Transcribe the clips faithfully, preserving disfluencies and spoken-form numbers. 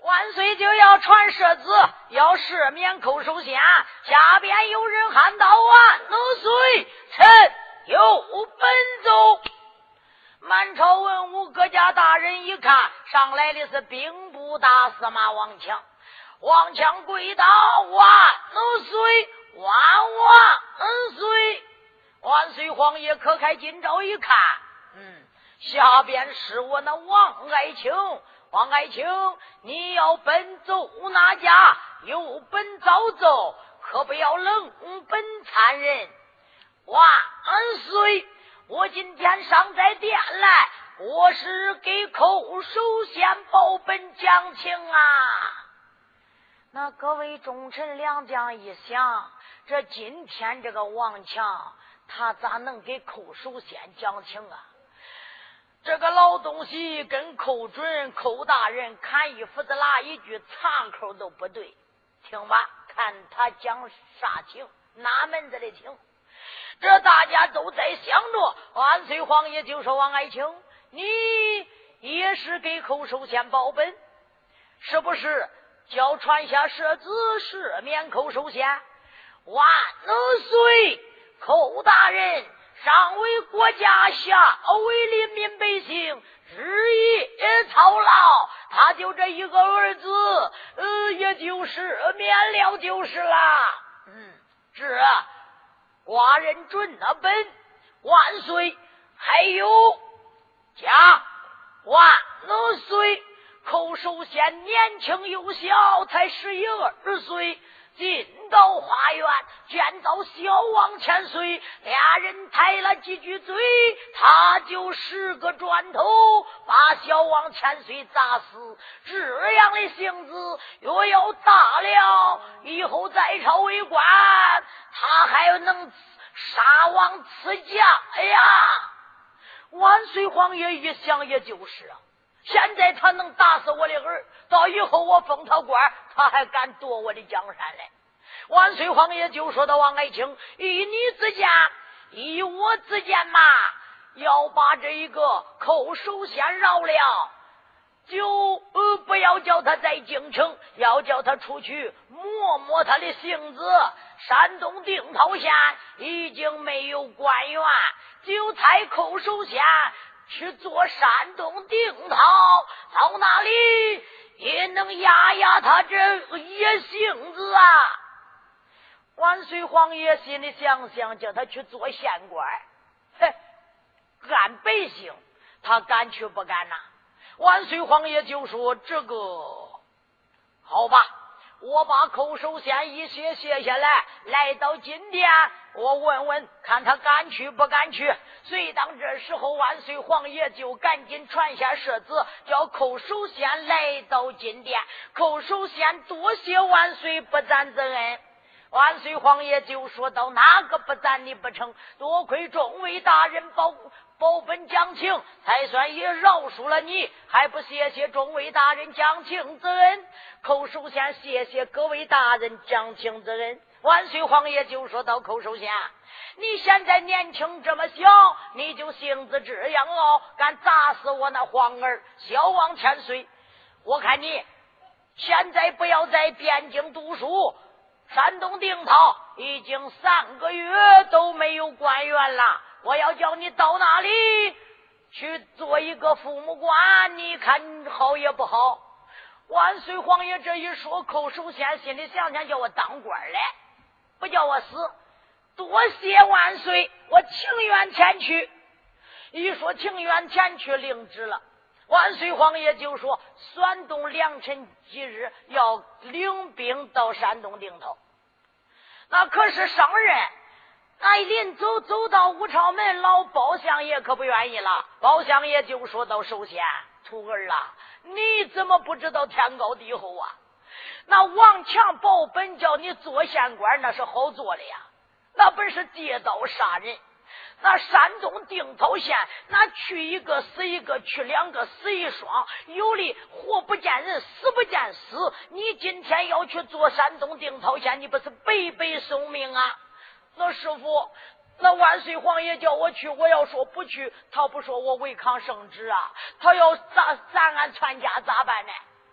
万岁就要传赦旨，要赦免寇首先。下边有人喊道：万岁，臣有本奏。满朝文武各家大人一看，上来的是兵部大司马王强。王强跪道：万岁，万万岁！万岁皇爷可开金诏一看，嗯，下边是我那王爱卿。王爱卿，你要本奏哪家，有本早奏，可不要冷本残忍。万岁！我今天上在殿来，我是给寇首先报本讲情啊。那各位忠臣良将一想，这今天这个王强他咋能给寇首先讲情啊？这个老东西跟寇准寇大人砍一斧子拉一句岔口都不对。听吧，看他讲啥情，哪门子的情。这大家都在想着，万岁皇爷就说：王爱卿，你也是给寇首先报本，是不是叫传下赦旨赦免寇首先？万岁，寇大人上为国家，下为黎民百姓，日夜操劳，他就这一个儿子，呃，也就赦免了就是啦。嗯，这寡人准那本。万岁！还有加万岁！寇首先年轻幼小，才十一二岁，进到花园，见到小王千岁，俩人抬了几句嘴，他就十个砖头把小王千岁砸死。这样的性子若要大了，以后在朝为官，他还能杀王赐驾呀！万岁皇爷一想，也就是啊，现在他能打死我的儿，到以后我封他官，他还敢夺我的江山来。万岁皇爷就说到：王爱卿，以你之见，以我之见嘛，要把这一个寇首先饶了，就、呃、不要叫他在京城，要叫他出去摸摸他的性子。山东定陶县已经没有官员，就差寇首先去做山东定陶，到那里也能压压他这野性子啊。万岁皇爷心里想想，叫他去做县官，嘿，干百姓，他敢去不敢呐？万岁皇爷就说：这个好吧，我把寇首先一卸卸下来，来到金殿，我问问看他敢去不敢去。所以当这时候，万岁皇爷就赶紧传下赦旨，叫寇首先来到金殿。寇首先多谢万岁不赞之恩。万岁皇爷就说到：哪个不赞你不成？多亏众位大人保保本讲情，才算也饶恕了你，还不谢谢众位大人讲情之恩？寇首先谢谢各位大人讲情之恩。万岁皇爷就说到：寇首先，你现在年轻这么小，你就性子这样哦，敢砸死我那皇儿小王千岁。我看你现在不要在边境读书，山东定陶已经三个月都没有官员了，我要叫你到哪里去做一个父母官，你看好也不好？万岁皇爷这一说，寇首先心里想想，叫我当官来，不叫我死，多谢万岁，我情愿前去。一说情愿前去，领旨了。万岁皇爷就说：山东良辰吉日要领兵到山东定陶。那可是上任，那一临走走到武朝门，老包相爷可不愿意了。包相爷就说到：首先徒儿啊，你怎么不知道天高地厚啊？那王强保本叫你做县官，那是好做的呀，那本是借刀杀人。那山东定陶县，那去一个死一个，去两个死一双，有的活不见人，死不见死。你今天要去做山东定陶县，你不是白白送命啊？那师傅，那万岁皇爷叫我去，我要说不去，他不说我违抗圣旨啊，他要咱咱俺全家咋办呢？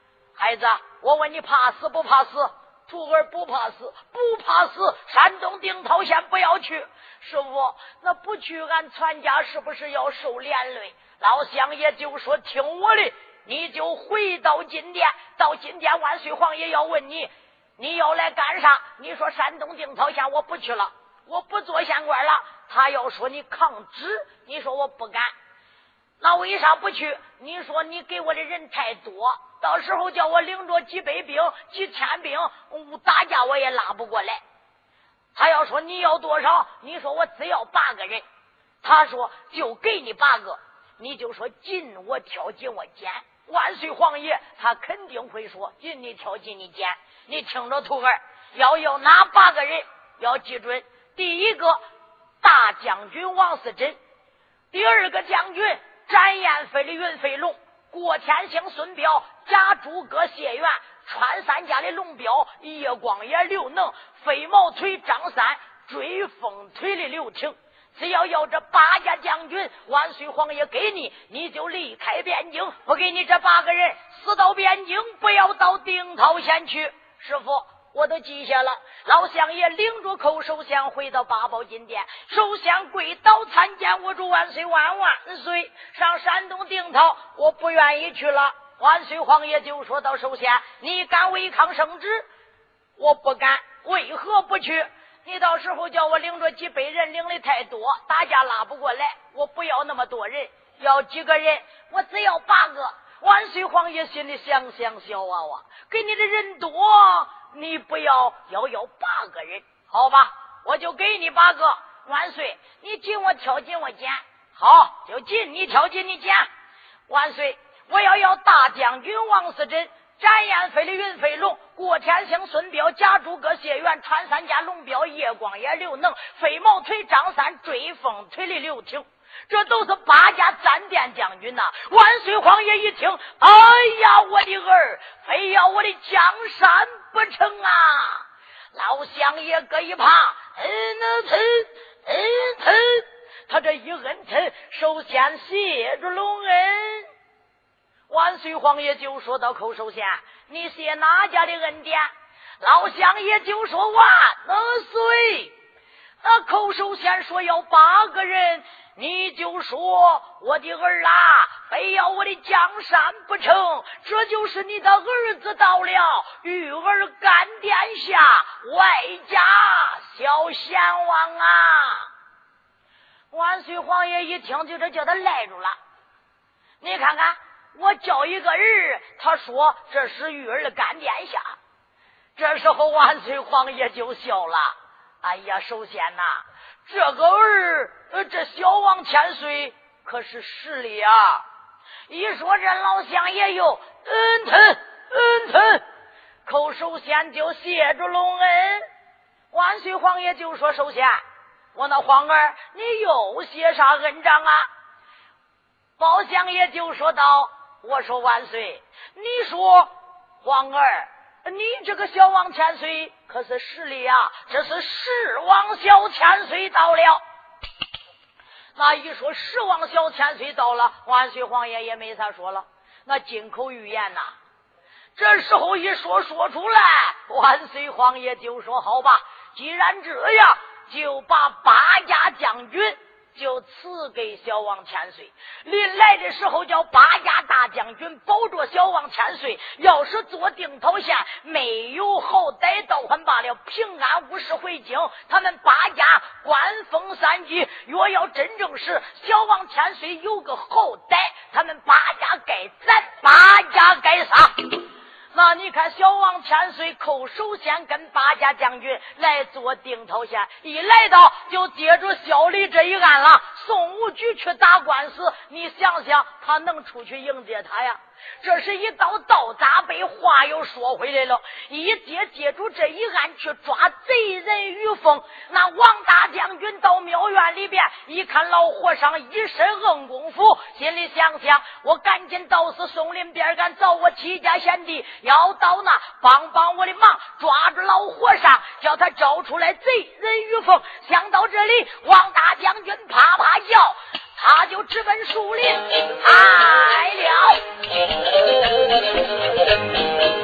孩子，我问你怕死不怕死？徒儿不怕死，不怕死。山东定陶县不要去。师傅，那不去俺全家是不是要受连累？老乡爷就说听我的，你就回到金殿。到金殿，万岁皇爷要问你，你要来干啥？你说山东定陶县我不去了，我不做县官了。他要说你抗旨，你说我不敢。那为啥不去？你说你给我的人太多，到时候叫我领着几百兵几千兵打架我也拉不过来。他要说你要多少？你说我只要八个人。他说就给你八个，你就说进我挑进我拣。万岁皇爷他肯定会说进你挑进你拣。你听着徒儿，要要哪八个人？要记准，第一个大将军王思珍，第二个将军展燕飞的云飞龙，郭天兴孙彪，贾诸葛谢元，穿三家的龙彪，叶光野刘能，飞毛腿张三，追风腿的刘挺。只要要这八家将军，万岁皇爷给你，你就离开边境，不给你这八个人死到边境，不要到定陶县去。师傅，我都记下了。老乡爷领着寇首相回到八宝金殿，首相跪倒参见我主万岁万万岁。上山东定陶我不愿意去了。万岁皇爷就说到，首先你敢违抗圣旨？我不敢。为何不去？你到时候叫我领着几百人，领的太多，打架拉不过来。我不要那么多人，要几个人？我只要八个。万岁皇爷心里想想，小娃娃给你的人多，你不要要要八个人，好吧？我就给你八个。万岁，你进我挑进我拣，好，就进你挑进你拣。万岁，我要要大将军王思珍，展燕飞的云飞龙，郭天兴孙彪，贾诸葛谢元，穿三家龙彪，叶光野刘能，飞毛腿张三，追风腿的刘挺。这都是八家暂殿将军呐、啊！万岁皇爷一听，哎呀，我的儿，非要我的江山不成啊！老乡爷搁一旁，嗯嗯嗯嗯，他这一摁thân，首先谢着隆恩。万岁皇爷就说到，寇首先，你谢哪家的恩典？老乡爷就说万岁。那寇首先说要八个人。你就说我的儿啊，非要我的江山不成，这就是你的儿子到了，育儿干殿下，外加小贤王啊！万岁皇爷一听就这叫他赖住了。你看看，我叫一个儿，他说这是育儿干殿下。这时候万岁皇爷就笑了。哎呀，首先呐、啊，这个儿呃，这小王千岁可是实力啊！一说这老乡也有嗯疼嗯疼，寇首先就谢主隆恩。万岁皇爷就说：“首先，我那皇儿，你又谢啥恩章啊？”包相爷就说道：“我说万岁，你说皇儿。”你这个小王千岁可是实力啊，这是十王小千岁到了。那一说十王小千岁到了，万岁皇爷也没啥说了，那金口玉言呐、啊。这时候一说说出来，万岁皇爷就说：“好吧，既然这样，就把八家将军就赐给小王千岁。临来的时候叫八家大将军保着小王千岁，要是做定陶县没有后代倒还罢了，平安无事回京。他们八家官封三级，若要真正是小王千岁有个后代，他们八家该斩，八家该杀。那你看小王千岁寇首先跟八家将军来做定陶县，一来到就接住小李这一案了，送武局去打官司，你想想他能出去迎接他呀？这是一刀刀扎背，话又说回来了，一接接住这一案去抓贼人于凤。那王大将军到庙院里边一看老和尚一身硬功夫，心里想想，我赶紧到死松林边干找我齐家贤弟，要到那帮帮我的忙，抓住老和尚，叫他招出来贼人于凤。想到这里，王大将军啪啪叫，他就直奔树林来了。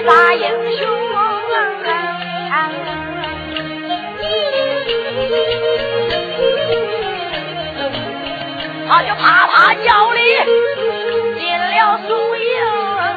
大英雄，他就啪啪叫里进了宋营，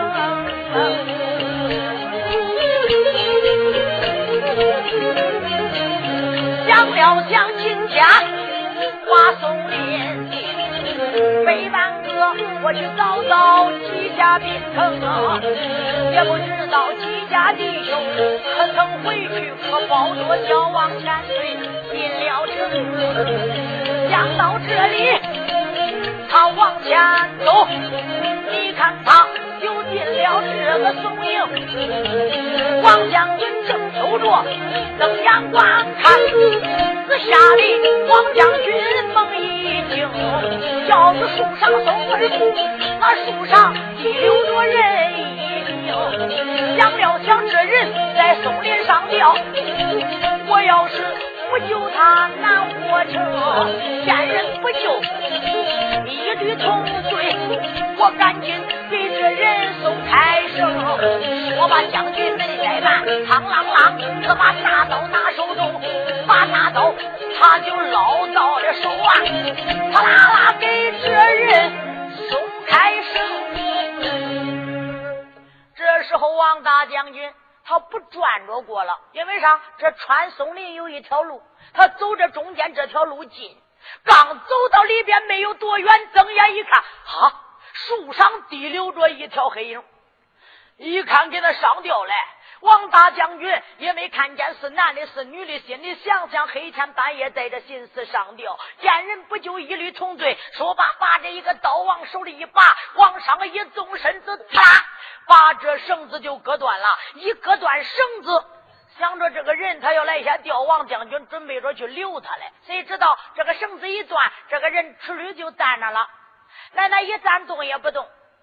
想了想亲家花松林，北半个我去找找几家宾城啊，也不知道几家弟兄可曾回去，可抱着小王千岁进了城。想到这里他往前走，你看他就进了这个松营，王将军正守着瞪眼观看，四下里王将军猛一惊，轿子树上松而步，那树上滴溜着人一名，想了想这人在松林上吊，我要是不救他难活成，见人不救一律重罪，我赶紧给这人送开绳。我把将军们再办，苍啷啷他把大刀拿手中，把大刀他就捞到了手啊，他啦啦给这人松开绳。这时候王大将军他不转着过了，因为啥？这穿松林有一条路，他走着中间这条路近，刚走到里边没有多远，睁眼一看，哈，树上滴溜着一条黑影，一看给他上吊来。王大将军也没看见是男的是女的，心里想想黑天半夜在这心思上吊，见人不就一律从罪，说罢把这一个刀往手里一拔，往上一纵身子，啪，把这绳子就割断了。一割断绳子，想着这个人他要来下吊，王将军准备着去留他来，谁知道这个绳子一断，这个人哧溜就站着了，奶奶一站动也不动。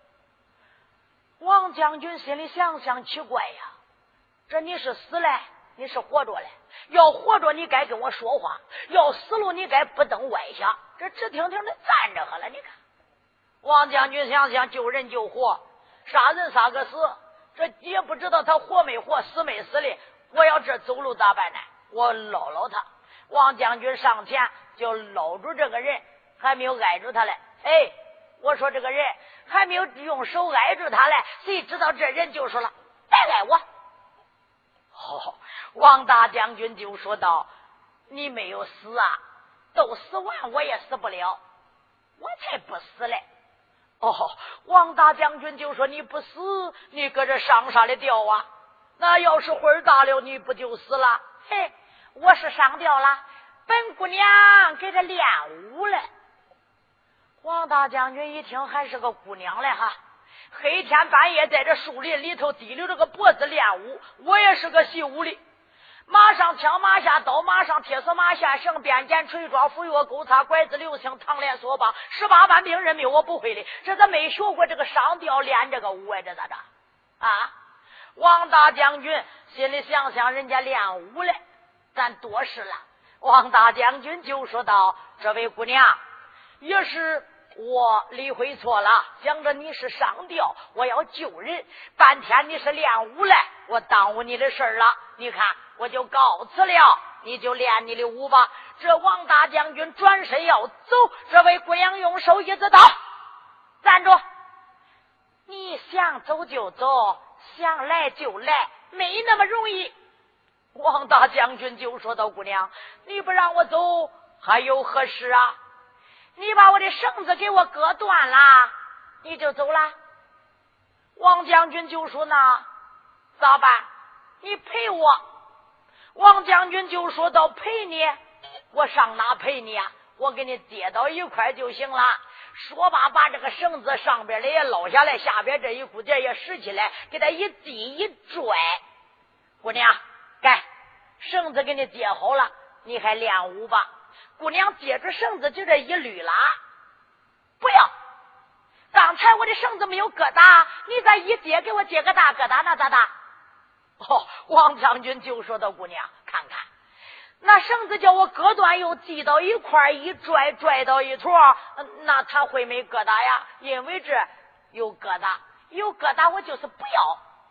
王将军心里想想，奇怪呀，这你是死了你是活着了？要活着你该跟我说话，要死了你该不登歪下，这直挺挺的站着呵了。你看王将军想想，救人救活，杀人杀个死，这也不知道他活没活死没死的，我要这走路咋办呢？我捞捞他。王将军上前就搂住这个人，还没有挨住他来。哎，我说这个人还没有用手挨住他来，谁知道这人就说了，别挨我。哦，王大将军就说道，你没有死啊，都死完我也死不了，我才不死嘞。哦，王大将军就说，你不死你搁这上啥的吊啊？那要是灰大了你不就死了？嘿，我是上吊了，本姑娘给他练武了。王大将军一听还是个姑娘嘞哈，黑天半夜在这树林里头提溜着个脖子练武，我也是个习武的，马上枪马下刀，马上铁丝马下绳，鞭锏锤抓斧钺钩叉拐子流星唐连锁棒，十八般兵刃没我不会的，这咋没学过这个上吊练这个武啊？这咋着啊？王大将军心里想想，人家练武了，咱多事了。王大将军就说道，这位姑娘也是我理会错了，想着你是上吊，我要救人，半天你是练武来，我耽误你的事了，你看我就告辞了，你就练你的武吧。这王大将军转身要走，这位姑娘用手一指道，站住，你想走就走，想来就来，没那么容易。王大将军就说道，姑娘你不让我走还有何事啊？你把我的绳子给我割断了你就走了。王将军就说，那咋办？你赔我。王将军就说到，赔你？我上哪赔你啊？我给你跌到一块就行了。说罢把这个绳子上边的也捞下来，下边这一股劲也拾起来，给他一递一拽，姑娘该绳子给你接好了，你还练武吧。姑娘接着绳子就这一捋啦，不要，刚才我的绳子没有疙瘩，你再一接给我接个大疙瘩，那咋的？哦，王将军就说到，姑娘看看那绳子叫我割断又系到一块，一拽拽到一坨，那他会没疙瘩呀？因为这有疙瘩，有疙瘩我就是不要，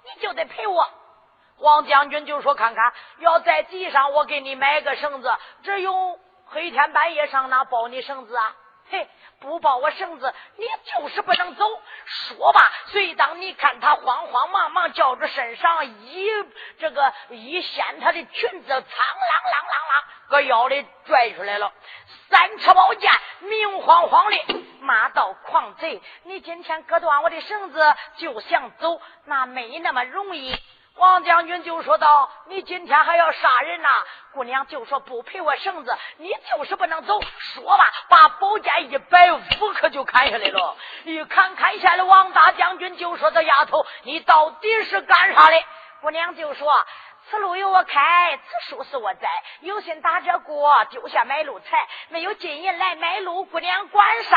你就得陪我。王将军就说：“看看，要在集上，我给你买个绳子，只有黑天半夜上哪包你绳子啊？嘿，不包我绳子，你就是不能走。”说吧，所以当你看他慌慌忙忙叫着身上一这个一掀他的裙子，苍啷啷啷啷搁腰里拽出来了三尺宝剑，明晃晃的骂道：“狂贼，你今天割断我的绳子就想走，那没那么容易。”王将军就说道：“你今天还要杀人呐、啊？”姑娘就说：“不赔我绳子，你就是不能走。”说吧，把宝剑一摆，五可就砍下来了。一砍砍下来，王大将军就说：“这丫头，你到底是干啥的？”姑娘就说：“此路有我开，此树是我栽。有心打这锅，丢下买路财。没有金银来买路，姑娘管啥？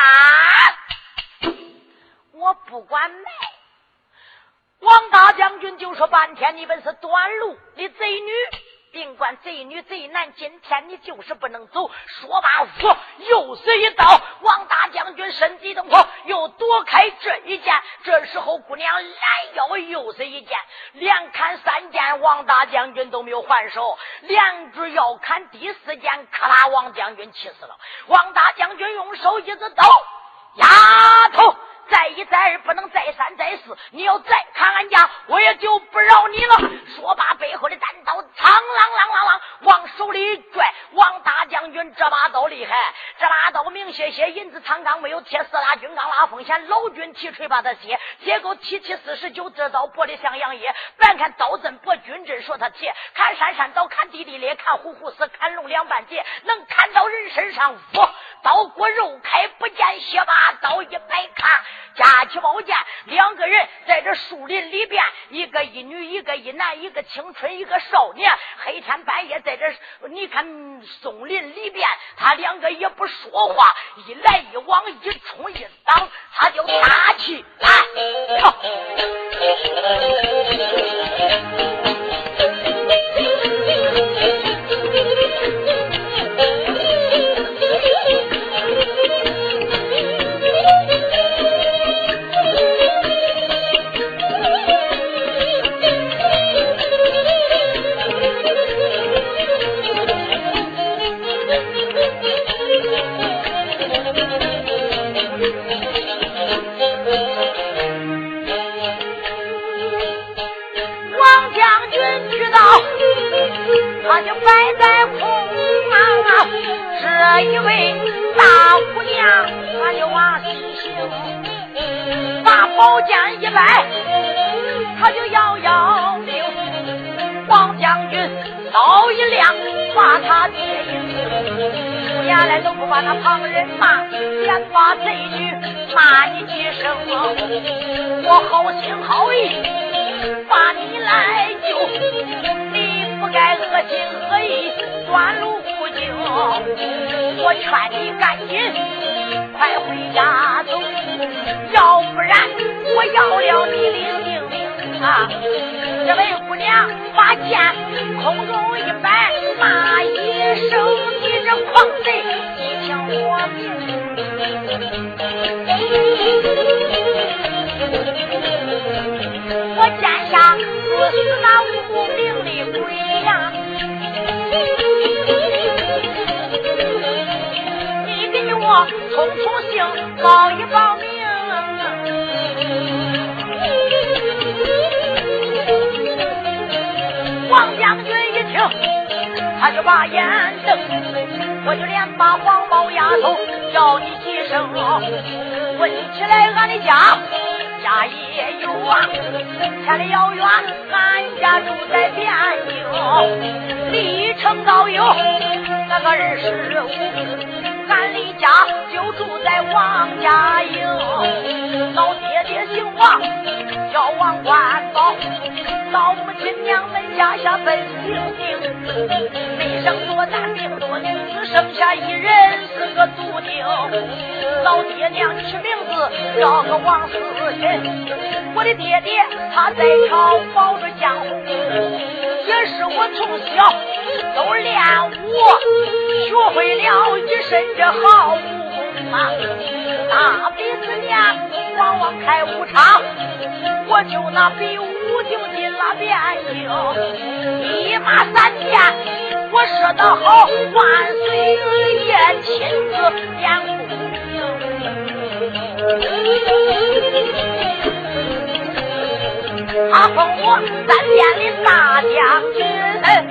我不管卖。”王大将军就说：“半天你本是短路的贼女，尽管贼女贼男，今天你就是不能走。”说罢，我又是一刀，王大将军身体动魄，又躲开这一剑。这时候姑娘拦腰又是一剑，连砍三剑，王大将军都没有还手，两只要砍第四剑，咔啦，王将军气死了。王大将军用手一指刀：“丫头，再一再二不能再三再四，你要再砍俺家，我也就不饶你了。”说罢，背后的单刀苍啷啷啷啷往手里一拽。王大将军这把刀厉害，这把刀明些些银子长钢，没有铁丝拉军钢拉风险，老君提锤把他卸，结构提起四十九，这刀薄的像杨叶。别看刀针薄，军针说他铁，砍山山刀，砍地地裂，看虎虎死，砍龙两半截，能砍到人身上。我刀过肉开不见血，把刀一摆，咔，架起宝剑，两个人在这树林里边，一个一女，一个一男，一个青春，一个少年。黑天半夜在这，你看松林里边，他两个也不说话，一来一往，一冲一挡，他就打起来。他就摆在空啊，这一位大姑娘，他就往西行，把宝剑一摆，他就摇摇命。王将军刀一亮，把他接应，出言来都不把那旁人骂，先把贼女骂你几声，我好心好意把你来救，不该恶心恶意断路不经，我劝你赶紧快回家走，要不然我要了你的性命啊！这位姑娘把剑空中一摆，骂一声：“你这狂贼，你抢我命！”我剑下不是那无名的鬼呀！你给我冲冲性，报一报名。王将军一听，他就把眼瞪，我就连把黄毛丫头叫你几声，问起来俺的家家也有啊，千里遥远，俺家住在边境，离城高有那个二十五，俺离家就住在王家营，老爹爹姓王，叫王冠宝，老母亲娘们家下本姓丁，没生多男病多女，只剩下一人是个独丁，老爹娘起名字叫个王思琴，我的爹爹他在朝保着江湖，也是我从小都练武，学会了一身这好武功啊！大鼻子娘往往开武场，我就那比武就进了汴京，一马三箭，我说得好，万岁爷亲自点功名，他封我三殿的大将军，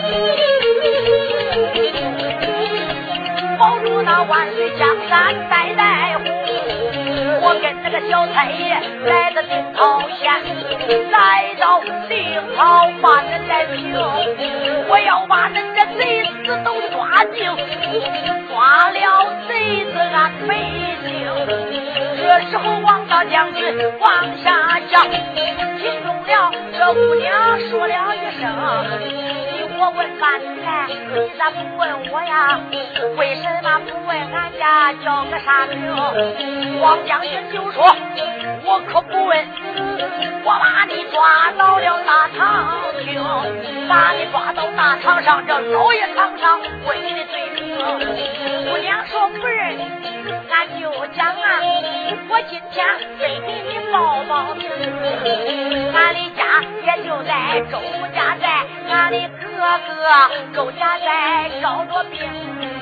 保住那万岁江山代代护。我跟那个小太爷来到定陶县，来到定陶把人来平，我要把人这贼子都抓进，抓了贼子俺北京。这时候王大将军往下降，听中了这姑娘说了一声，你我问半天，你咋不问我呀？为什么不问俺家叫个啥名？王将军就说，我可不问，我把你抓到了大堂厅，把你抓到大堂上，这老爷堂上问你的罪名。姑娘说不认，俺就讲啊，我今天非给你报报名，俺的家也就在周家寨，俺的哥哥周家寨高着病，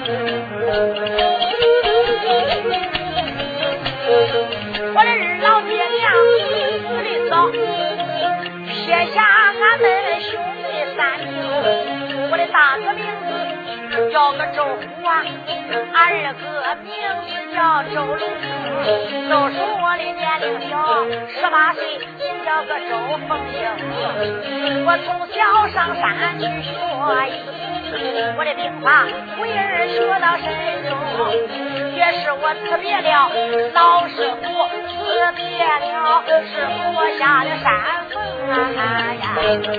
我的二老爹娘死的早，撇下俺们兄弟三名，我的大哥名字叫个周虎啊，俺二哥名字叫周龙，都说我的年龄小，十八岁名叫个周凤英，我从小上山去学艺，我的兵法武艺儿学到身中，也是我辞别了老师傅，辞别了师傅我下了山峰啊呀，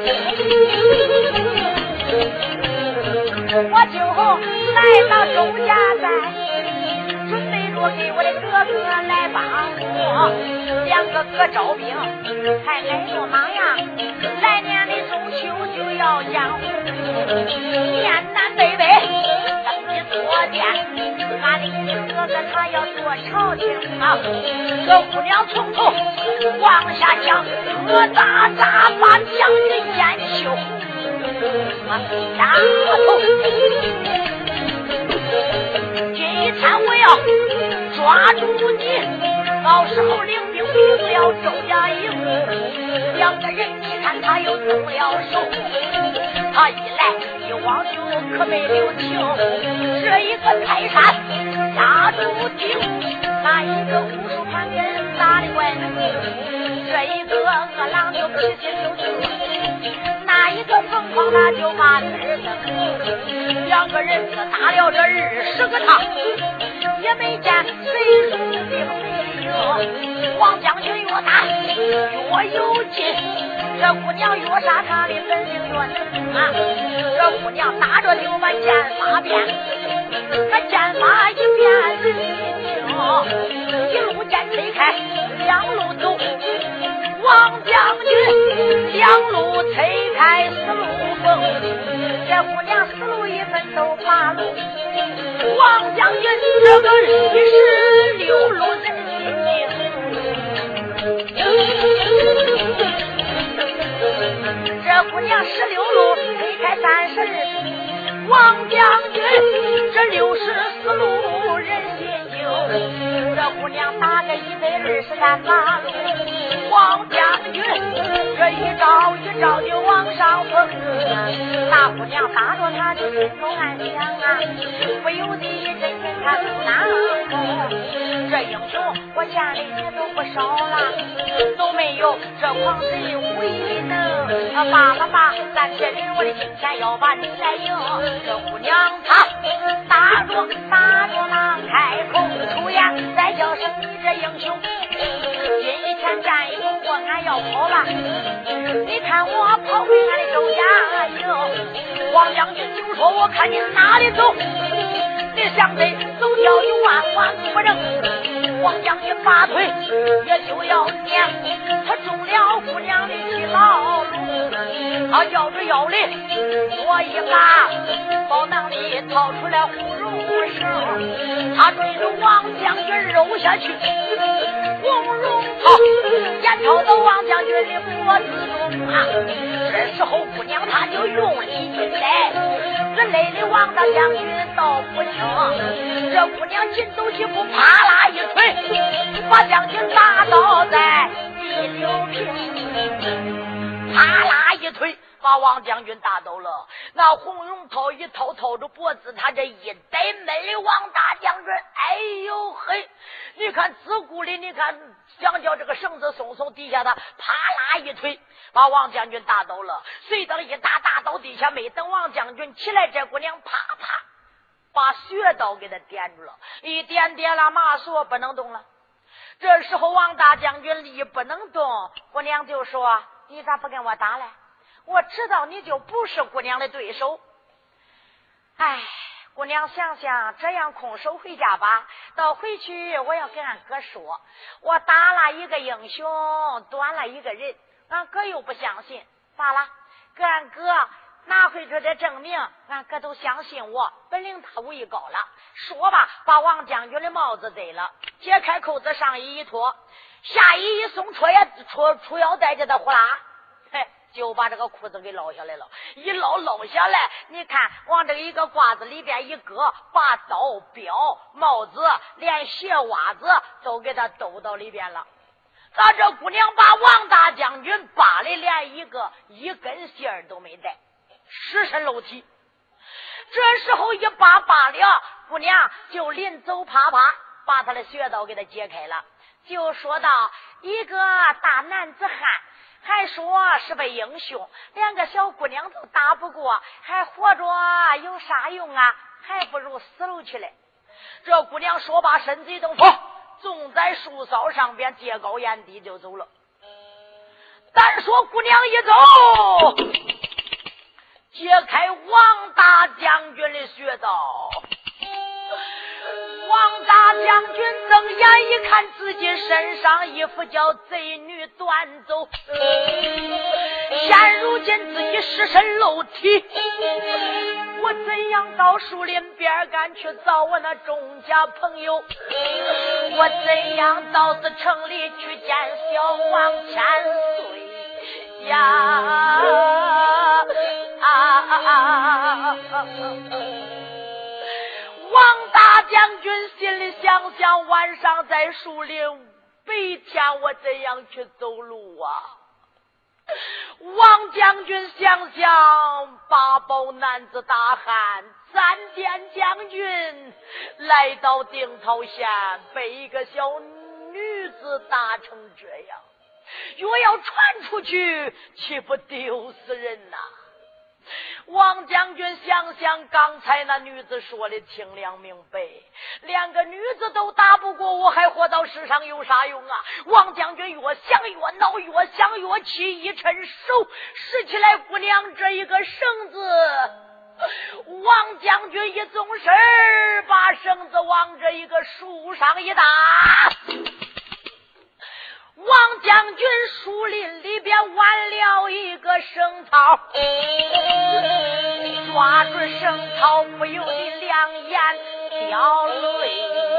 我今后来到周家寨，准备着给我的哥哥来帮我，两个哥招兵还挨着忙呀，来年的中秋就要江湖，面南北北等你坐殿，俺的哥哥他要做朝廷啊，这姑娘从头往下讲，何大大把将军眼羞丫头，今一天我要抓住你，到时候领兵平了周家营，两个人你看他又动了手，他一来一往就可没留情，这一个泰山压住顶，那一个武术盘根打的怪能，这一个饿狼就脾气溜溜，那一个疯狂他就骂儿子，两个人打了这二十个趟，也没见谁输兵没赢，王将军越打越有劲，这姑娘越杀他的本领越能啊，这姑娘打着就把剑法变，那剑法一变人一听，一路剑推开两路走，王将军两路推开四路风，这姑娘四路一分走八路，王将军这个一十六路人心惊，这姑娘十六路推开三十，王将军这六十四路人心惊，这姑娘打个一百二十三八路，王将军这一招一招就往上蹦，大姑娘打着他就心中暗想啊，不由得一阵阵他都难过，这英雄我见的也都不少了，都没有这狂贼无一能，他爸爸爸暂且领我的今天要把你来赢，这姑娘她打着打着狼开口出言，再叫声你这英雄，今一天战役不过俺要跑了，你看我跑回俺的周家营，王将军就说我看你哪里走，你想得走掉有万万不能，王将军拔腿也就要撵，他中了姑娘的气牢笼，他叫着要领，我一把包囊里掏出来胡蓉绳，他追着王将军揉下去，红绒套眼瞅着王将将军的脖子中啊。这时候姑娘她就用力进来，这累的王大将军道不清，这姑娘紧走几步，啪啦一推，把将军打倒在地六平，啪啦一推，把王将军打倒了。那洪荣涛一掏掏着脖子，他这一呆闷的王大将军，哎呦嘿！你看自古里，你看想叫这个绳子松松，底下他啪啦一推，把王将军打倒了。随等一打打到地下，没等王将军起来，这姑娘啪啪把穴道给他点住了，一点点了马索不能动了。这时候王大将军力不能动，姑娘就说：“你咋不跟我打嘞？我知道你就不是姑娘的对手。”哎，姑娘想想，这样空手回家吧。到回去我要跟俺哥说，我打了一个英雄，端了一个人，俺哥又不相信，咋了？跟俺哥拿回这的证明，俺哥都相信我，本领他武艺高了。说吧，把王将军的帽子摘了，解开扣子，上衣一脱，下衣一松，戳腰戳出腰带，叫他呼啦，嘿，就把这个裤子给捞下来了。一捞捞下来，你看往这一个褂子里边一搁，把刀镖帽子连鞋袜子都给他兜到里边了。咱这姑娘把王大将军扒里连一个一根线儿都没带，尸身露体。这时候一扒扒了，姑娘就临走啪啪把他的穴道给他解开了，就说到一个大男子汉，还说是位英雄，连个小姑娘都打不过，还活着有啥用啊？还不如死了去了。这姑娘说罢，身子一动，纵在树梢上边，借高烟低就走了。单说姑娘一走，解开王大将军的穴道。王大将军瞪眼一看，自己身上衣服叫贼女端走，现如今自己尸身露体，我怎样到树林边敢去找我那钟家朋友？我怎样到此城里去见小王千岁呀？啊啊啊！王大将军心里想想，晚上在树林，白天我怎样去走路啊？王将军想想，八宝男子大汉三殿将军来到定陶县，被一个小女子打成这样，若要传出去，岂不丢死人呐、啊？王将军想想刚才那女子说的清凉明白，连个女子都打不过我，还活到世上有啥用啊？王将军越想越恼，越想越气，一伸手拾起来姑娘这一个绳子，王将军一纵身把绳子往这一个树上一打，王将军树林里边挽了一个绳草，抓住绳草不由得两眼掉泪，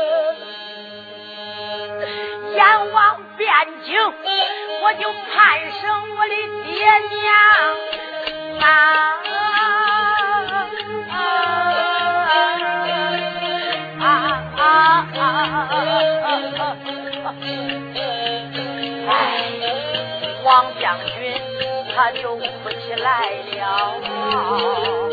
眼望边境，我就盼生我的爹娘啊啊啊啊啊！哎，王将军他就哭起来了。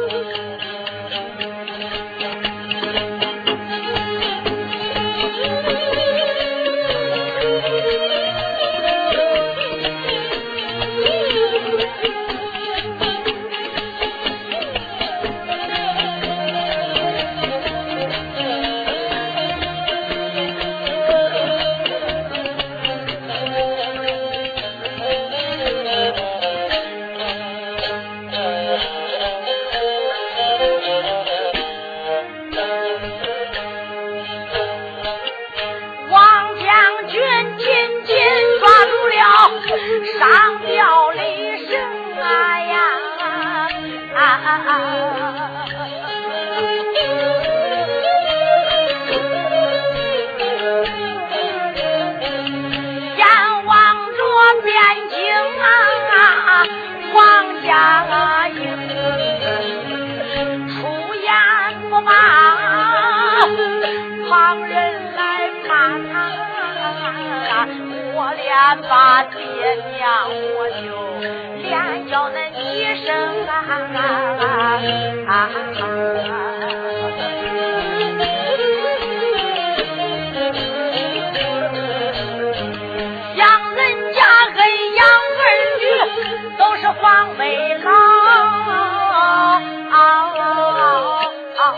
上吊雷声啊呀啊啊啊！眼望着边见把爹娘，我就连叫那一声啊啊啊！养人家跟养儿女都是黄眉郎啊啊啊！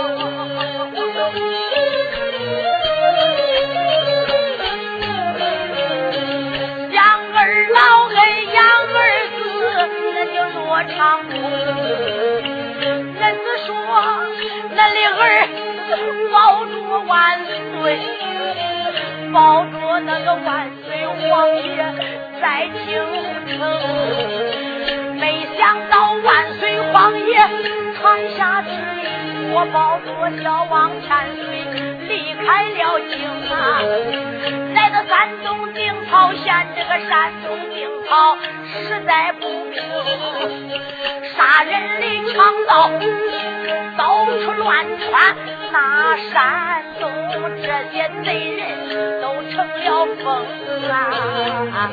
我唱不，人子说那灵儿保住万岁，保住那个万岁皇爷在京城。没想到万岁皇爷传下旨意，我保住小王千岁离开了京啊，来到山东定陶县。这个山东定陶实在不平，杀人的强盗到处乱窜，那山东这些贼人都成了疯啊！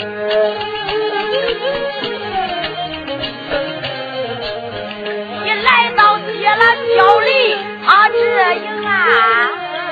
你来到接了焦里，他这一案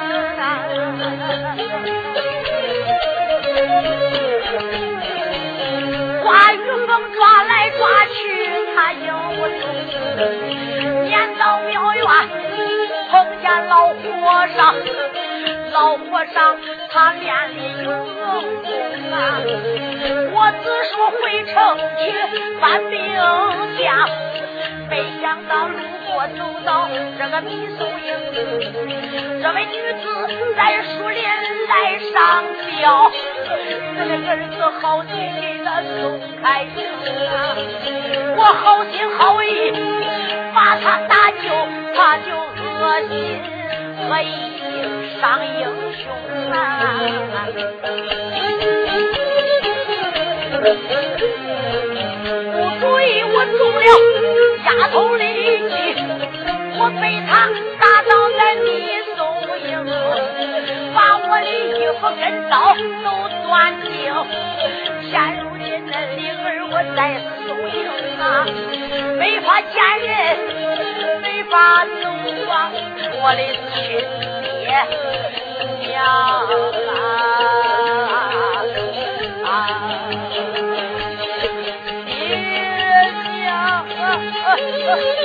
抓玉凤抓来抓去，他有种撵到庙院，碰见老和尚，老和尚他面里有红啊，我只说回城去搬兵将，没想到路过走到这个密松营，这位女子在树林来上吊，这个儿子好心给他松开绳啊，我好心好意把他搭救，他就恶心恶意伤英雄啊！不注意我中了丫头的计，我被他打倒在密松营，把我的衣服跟刀都断定。现如今那灵儿我在松营啊，没法见人，没法走啊，我的亲爹娘啊啊！爹娘啊！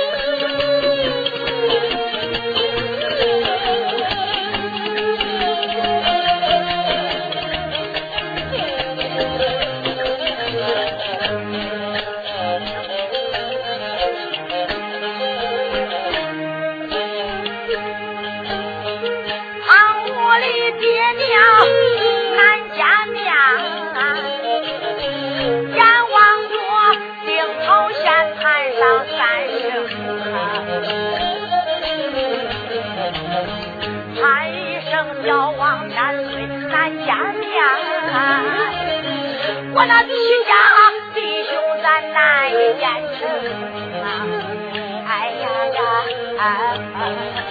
小王千岁难见面，我那齐家弟兄咱难以见成啊！哎呀呀！啊啊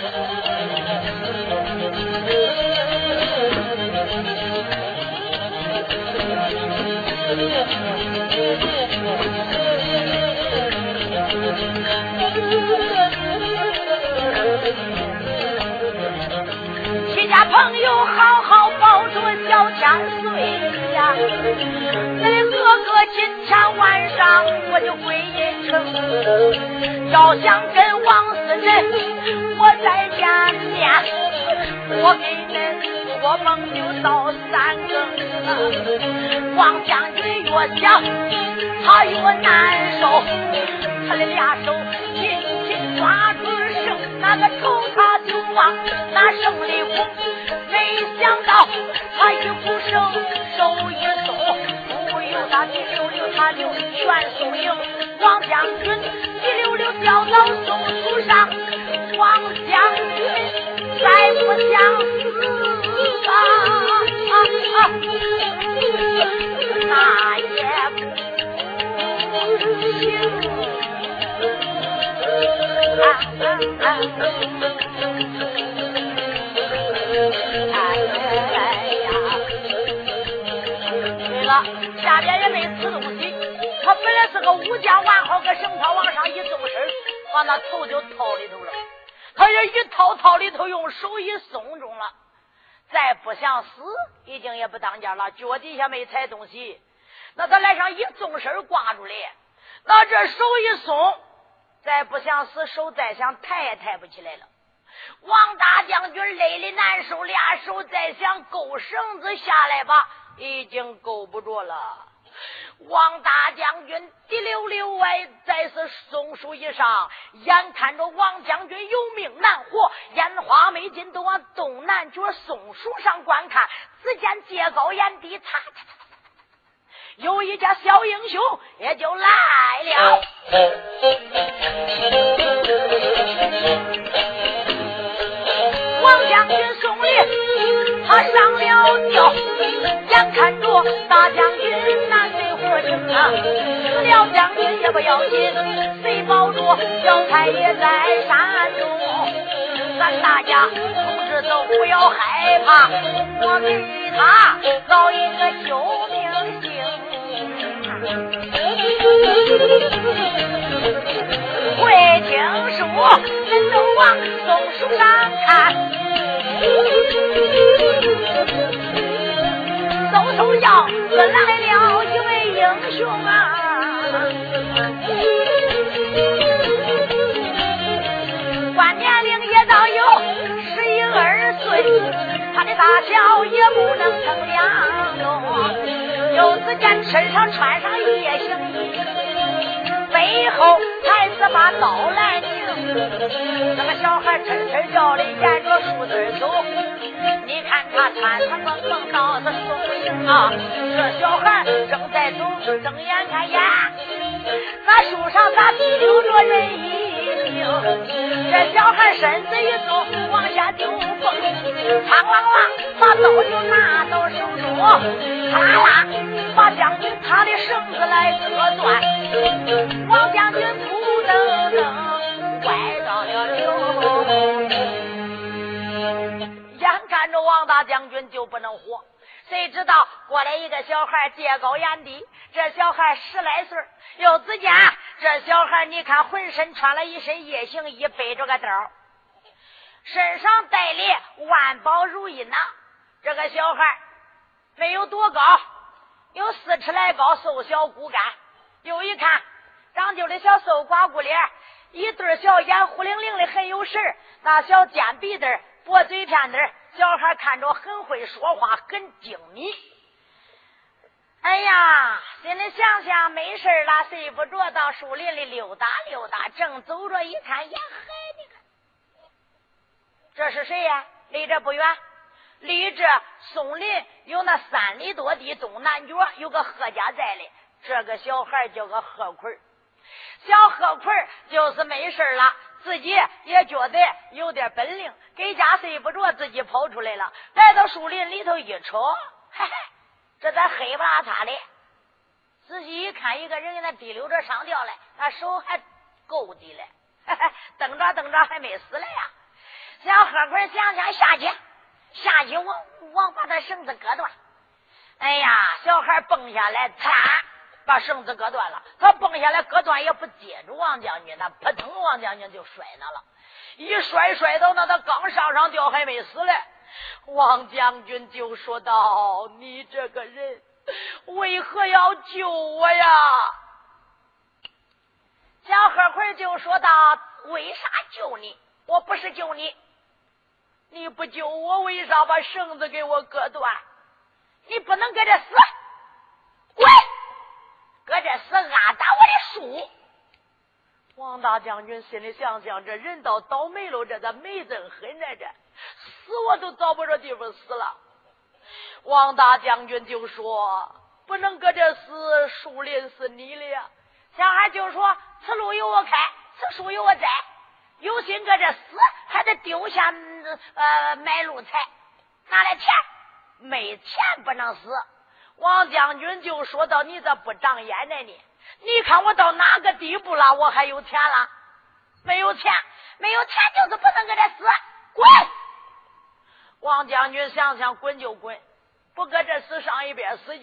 齐家朋友好好保住小千岁呀！那哥哥今天晚上我就回阴城，要想跟王司人我再见面，我给恁托梦就到三更了。王将军越想他越难受，他的俩手紧紧抓住绳，那个头他就往那绳里拱，没想到他一扶绳手一松，不由他滴溜溜他就全松营。王将军滴溜溜掉到松树上，王将军再不想死啊啊啊那也不行啊啊啊哎呀了，下边也没吃东西。他本来是个武将，完好个绳套往上一纵身，把那头就套里头了。他也一套套里头，用手一松中了。再不想死，已经也不当家了，脚底下没踩东西。那他来上一纵身挂住了，那这手一松，再不想死，手再想抬也抬不起来了。王大将军累得难受，俩手再想勾绳子下来吧，已经够不着了。王大将军滴溜溜哎，再是松树以上，眼看着王将军有命难活，烟花没尽都往东南角松树上观看，只见界高眼低，嚓嚓嚓，有一家小英雄也就来了。王将军送礼，他上了轿，眼看着大将军难得活着啊，死了将军也不要紧，谁保住小太爷在山中？咱大家同志都不要害怕，我给他搞一个救命星。会听说人都往松树上看，嗖嗖叫来了一位英雄啊，关年龄也早有十一二岁，他的大小也不能称量多，有只见身上穿上夜行衣，背后还是把刀来拧，这个小孩哧哧叫的沿着树枝走，你看他穿穿蹦蹦倒是松影啊，这小孩正在走，睁眼看呀，那树上咋滴溜着人一名，这小孩身子一动往下就蹦，苍啷啷把刀就拿到手中，咔啦把将军他的绳子来割断，王将军扑腾腾歪到了流，眼看着王大将军就不能活，谁知道过来一个小孩界高眼低，这小孩十来岁，又只见这小孩你看浑身穿了一身夜行衣，背着个刀，身上带列万宝如意囊，这个小孩没有多高，有四尺来高，瘦小骨干，又一看长就的小瘦瓜骨脸，一对小眼忽灵灵的很有神，那小尖鼻子薄嘴片子，小孩看着很会说话，很精密。哎呀，心里想想没事了，睡不着，到树林里溜达溜达，正走着一看，呀嗨，你看这是谁呀？离这不远，离这松林有那三里多地，东南角有个贺家寨里，这个小孩叫个贺坤，小贺坤就是没事了，自己也觉得有点本领，给家睡不着，自己跑出来了，来到树林里头一瞅，嘿嘿，这在黑不拉擦的，仔细一看，一个人给那滴溜着上吊来，他手还够的嘞，嘿嘿，蹬着蹬着还没死了呀。小贺坤想想下去，下去我我把他绳子割断。哎呀，小孩蹦下来，嚓，把绳子割断了。他蹦下来割断也不接住王将军，那扑腾，王将军就摔那了。一摔摔到那，他刚上上吊还没死嘞。王将军就说道：“你这个人为何要救我呀？”小贺坤就说道：“为啥救你？我不是救你。你不救我，为啥把绳子给我割断？你不能搁这死，滚！搁这死按打我的树。”王大将军心里想想，这人倒倒霉了，这咋没真狠在这，死我都找不着地方死了。王大将军就说：“不能搁这死，树林是你的呀。”小孩就说：“此路由我开，此树由我栽，有心搁这死，还得丢下呃买路财，拿来钱，没钱不能死。”王将军就说到：“你这不长眼呢你？你看我到哪个地步了，我还有钱了？没有钱，没有钱就是不能搁这死，滚！”王将军想想，滚就滚，不搁这死上一边死去。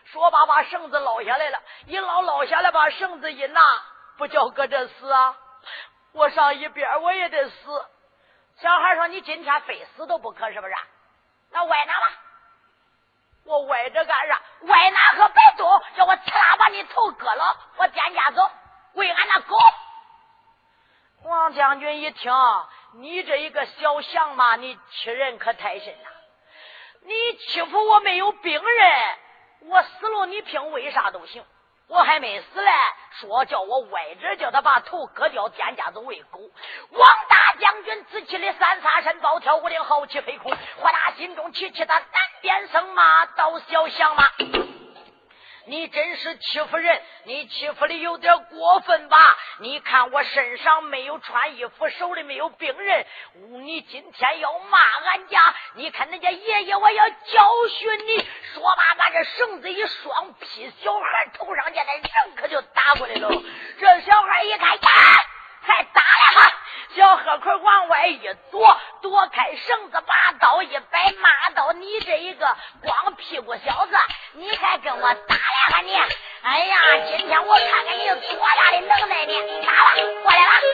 说罢把绳子捞下来了，一捞捞下来把绳子一拿，不叫搁这死啊，我上一边我也得死。小孩说你今天非死都不可，是不是？那歪拿吧，我歪着干啥？歪拿可别动，叫我刺啦把你头割了，我颠家走，喂俺那狗。王将军一听，你这一个小相马，你欺人可太甚了，你欺负我没有病人，我死了你凭为啥都行，我还没死嘞，说叫我歪着叫他把头割掉，颠家走喂狗。王大将军自气的三叉身暴跳无灵，豪气飞空，火大心中气气的单边生骂道：小相马，你真是欺负人，你欺负的有点过分吧？你看我身上没有穿衣服，手里没有病人，你今天要骂俺家，你看人家爷爷我要教训你。说罢把这绳子一双劈小孩头上，见那人可就打过来了。这小孩一看呀，还打了哈，小河块往外一躲，躲开绳子，把刀一摆，骂道：你这一个光屁股小子，你还跟我打来了你！哎呀，今天我看看你有多大的能耐呢！打吧，过来吧！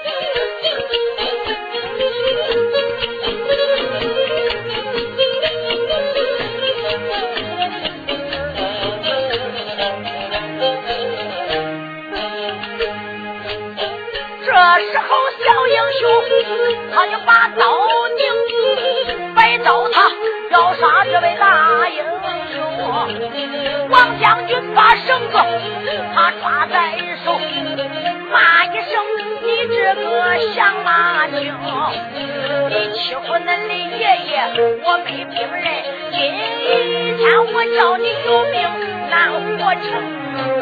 这时候小英雄他就把刀拧，摆刀他要杀这位大英雄。王将军把绳子他抓在手，骂一声：你这个响马精，你欺负恁的爷爷，我没病人，今天我叫你有命难活成。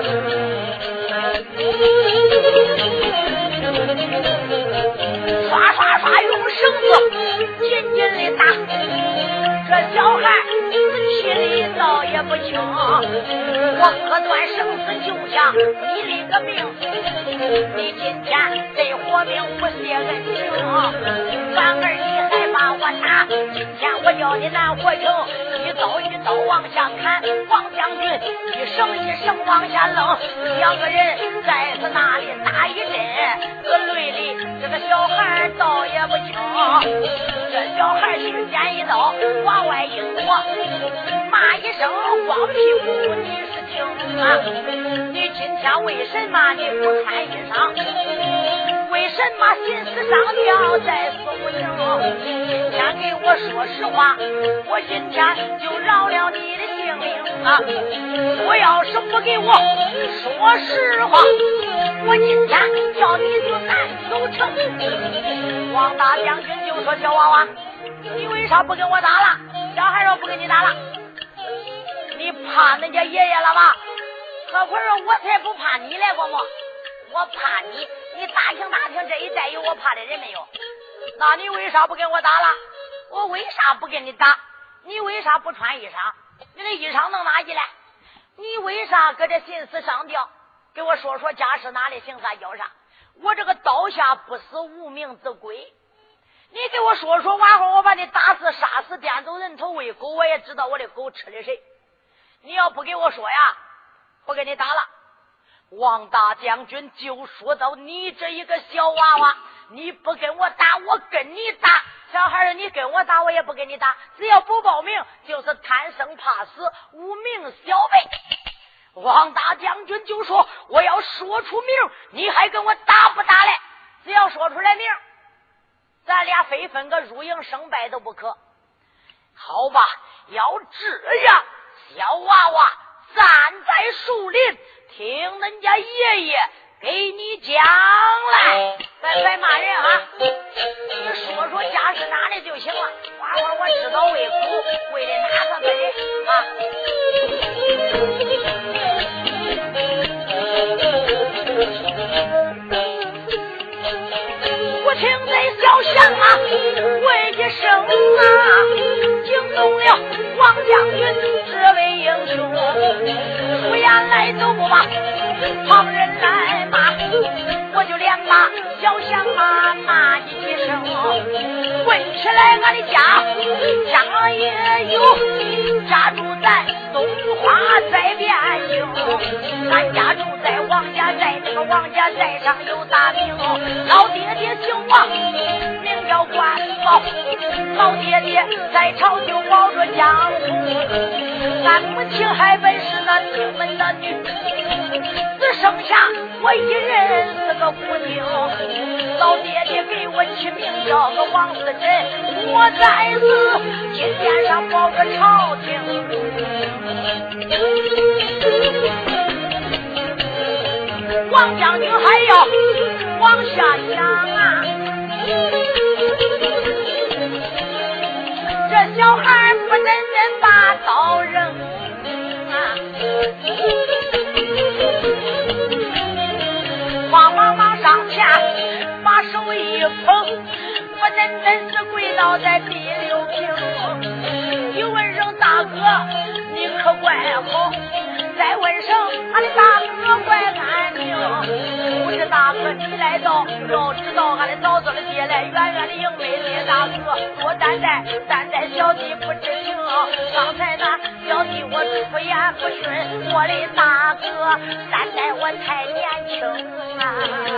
刷刷刷用绳子紧紧的打，这小孩气力倒也不轻，我割断绳子救下你的个命，你今天这活命不谢恩情，反而你还把我打，今天我叫你难活成。一刀一刀往下砍，王将军一绳一绳往下扔，两个人在他那里打一阵，这累里这个小孩倒也不轻，这小孩就捡一刀往外一躲，骂一声：光屁股你是听啊，你今天为什么你不穿衣裳，为什么心思上吊在松营？今天给我说实话，我今天就饶了你的性命啊！我要是不给我说实话，我今天叫你就难走成。王大将军就说：小娃娃，你为啥不跟我打了？小孩说不跟你打了，你怕人家爷爷了吧？何况说我才不怕你来过吗？我怕你，你打听打听，这一带有我怕的人没有？那你为啥不跟我打了？我为啥不跟你打？你为啥不穿衣裳？你的衣裳能拿起来？你为啥搁这心思上吊？给我说说家事哪里行啥叫啥？我这个刀下不死无名之鬼，你给我说说，完后我把你打死杀死颠走人头喂狗，我也知道我的狗吃的谁。你要不给我说呀，不跟你打了。王大将军就说到：你这一个小娃娃，你不跟我打，我跟你打。小孩儿，你跟我打我也不跟你打，只要不报名就是贪生怕死，无名小辈。王大将军就说：我要说出名，你还跟我打不打来？只要说出来名，咱俩非分个输赢胜败都不可。好吧，要这样，小娃娃站在树林听人家爷爷给你讲来，别别骂人啊！你说说家是哪里就行了。花花我知道为苦，为了哪个个人啊？我听这小响啊，问一声啊，惊动了王将军这位英雄。出言来都不骂，旁人来骂，我就连骂小响啊骂几声。问起来俺的家家也有家住在东五花再变形。俺家住在王家寨，这个王家寨上有大名，老爹爹姓王，名叫关宝。老爹爹在朝就保着江湖，俺母亲还本是那荆门的女，只剩下我一人是个孤丁。老爹爹给我起名叫个王思仁，我在此金殿上保着朝廷。王将军还要往下讲啊，这小孩不认真把刀扔啊，慌忙往上前把手一捧，不认真是跪倒在第六平。一问声大哥你可怪好，再问声俺的大哥怪安宁。不是大哥你来到，要知道俺的嫂子的爹来，远远的迎没爹大哥多担待，担待小弟不知情。刚才那小弟我出言不顺，我的大哥担待我太年轻啊。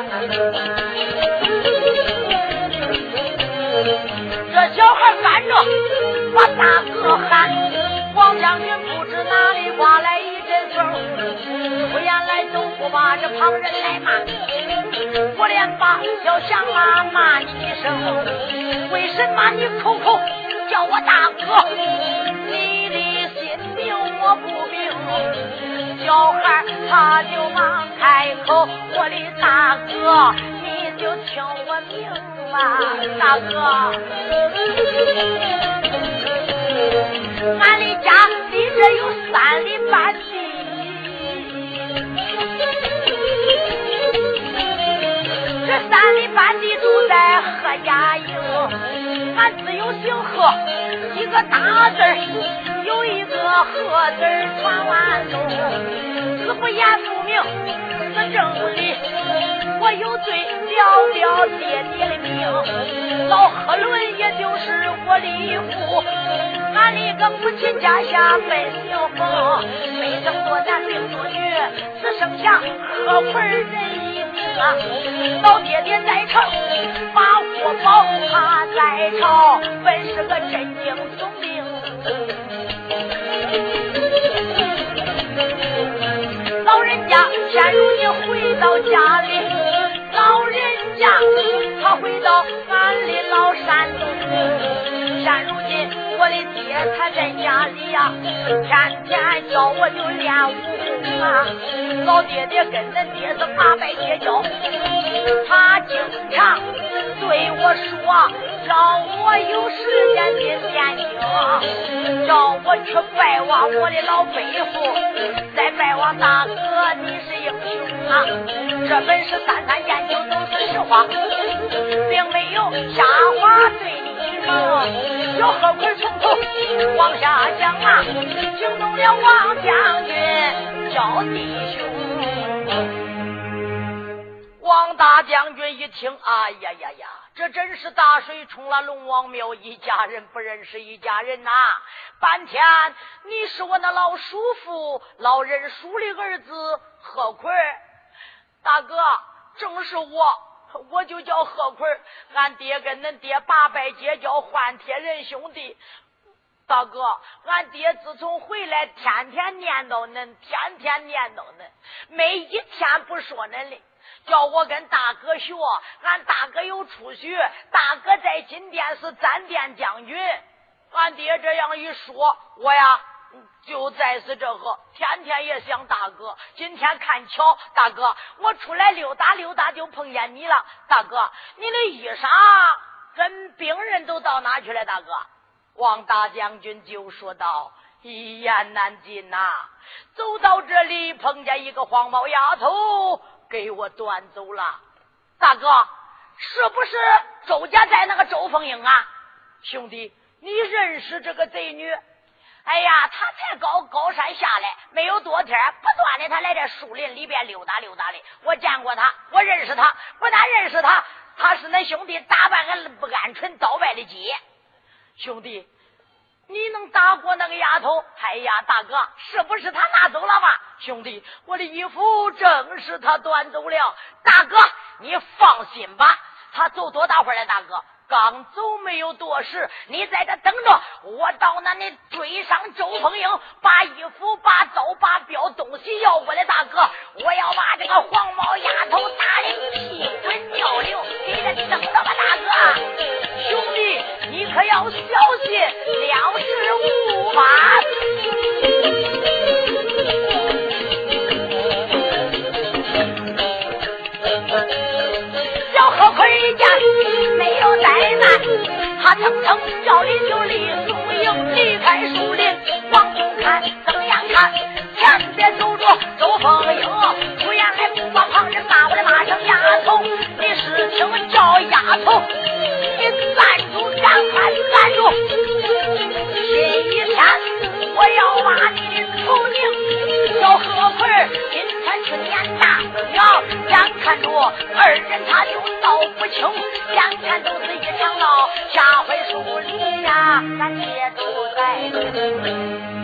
这小孩赶着把大哥喊，王将军不知哪里刮来一阵风，出言来都不把这旁人来骂，我连把小响妈骂你一声，为什么你口口叫我大哥？你的心明我不明。小孩他就忙开口，我的大哥你就听我明吧，大哥俺的家离这有三里半地，这三里半地住在贺家营，俺自有姓贺，一个大字有一个贺字传万宗，子不言不明是正理，我有罪了表爹爹的命。老贺伦也就是我的义父，俺的个母亲家下本姓冯，没生多男没多女，只剩下贺奎人一名啊。老爹爹在朝把国宝他在朝，本是个真经总兵。老人家现如今回到家里，老人家他回到俺的老山东，现如今我的爹他在家里呀、啊，天天教我就练武功啊。老爹爹跟恁爹是八拜结交，他经常对我说，叫我有时间进汴京，叫我去拜望我的老背父，再拜望大哥你是英雄啊。这本是三三见酒都是实话，并没有瞎话对你说。小贺奎从头往下讲啊，惊动了王将军叫弟兄。王大将军一听，哎呀呀呀，这真是大水冲了龙王庙，一家人不认识一家人呐、啊！半天你是我那老叔父老人叔的儿子贺奎，大哥正是我，我就叫贺奎，俺爹跟恁爹八拜结交，换铁人兄弟。大哥，俺爹自从回来，天天念叨恁，天天念叨恁，每一天不说恁的，叫我跟大哥学。俺大哥有出息，大哥在金殿是暂殿将军。俺爹这样一说，我呀就在是这个，天天也想大哥。今天看巧，大哥我出来溜达溜达就碰见你了。大哥，你的衣裳跟病人都到哪去了？大哥，王大将军就说道：一言难尽呐、啊！走到这里碰见一个黄毛丫头，给我端走了。大哥，是不是周家寨那个周凤英啊？兄弟，你认识这个贼女？哎呀，他才高高山下来没有多天，不断的他来这树林里边溜达溜达的。我见过他，我认识他，不但认识他，他是恁兄弟打败俺不鹌鹑倒败的鸡。兄弟， 你能打过那个丫头？哎呀，大哥，是不是他拿走了吧？兄弟，我的衣服正是他端走了。大哥，你放心吧，他走多大会儿了？大哥，刚走没有多时，你在这等着，我到那里追上周凤英，把衣服、把刀、把镖东西要过来。大哥，我要把这个黄毛丫头打的屁滚尿流，给他整了吧。大哥，兄弟，你可要小心，了事无法。小何回家没有怠慢，他腾腾叫里就离松营，离开树林往东看，怎样看？前边走着周凤英，突然来不把旁人骂我的骂声丫头，你事情叫丫头，你站住，赶快站住！今一天我要把你的头领小何奎今天去撵大娘，眼看着二人他就闹不清，眼看都是一场闹，下回书里呀，咱接着再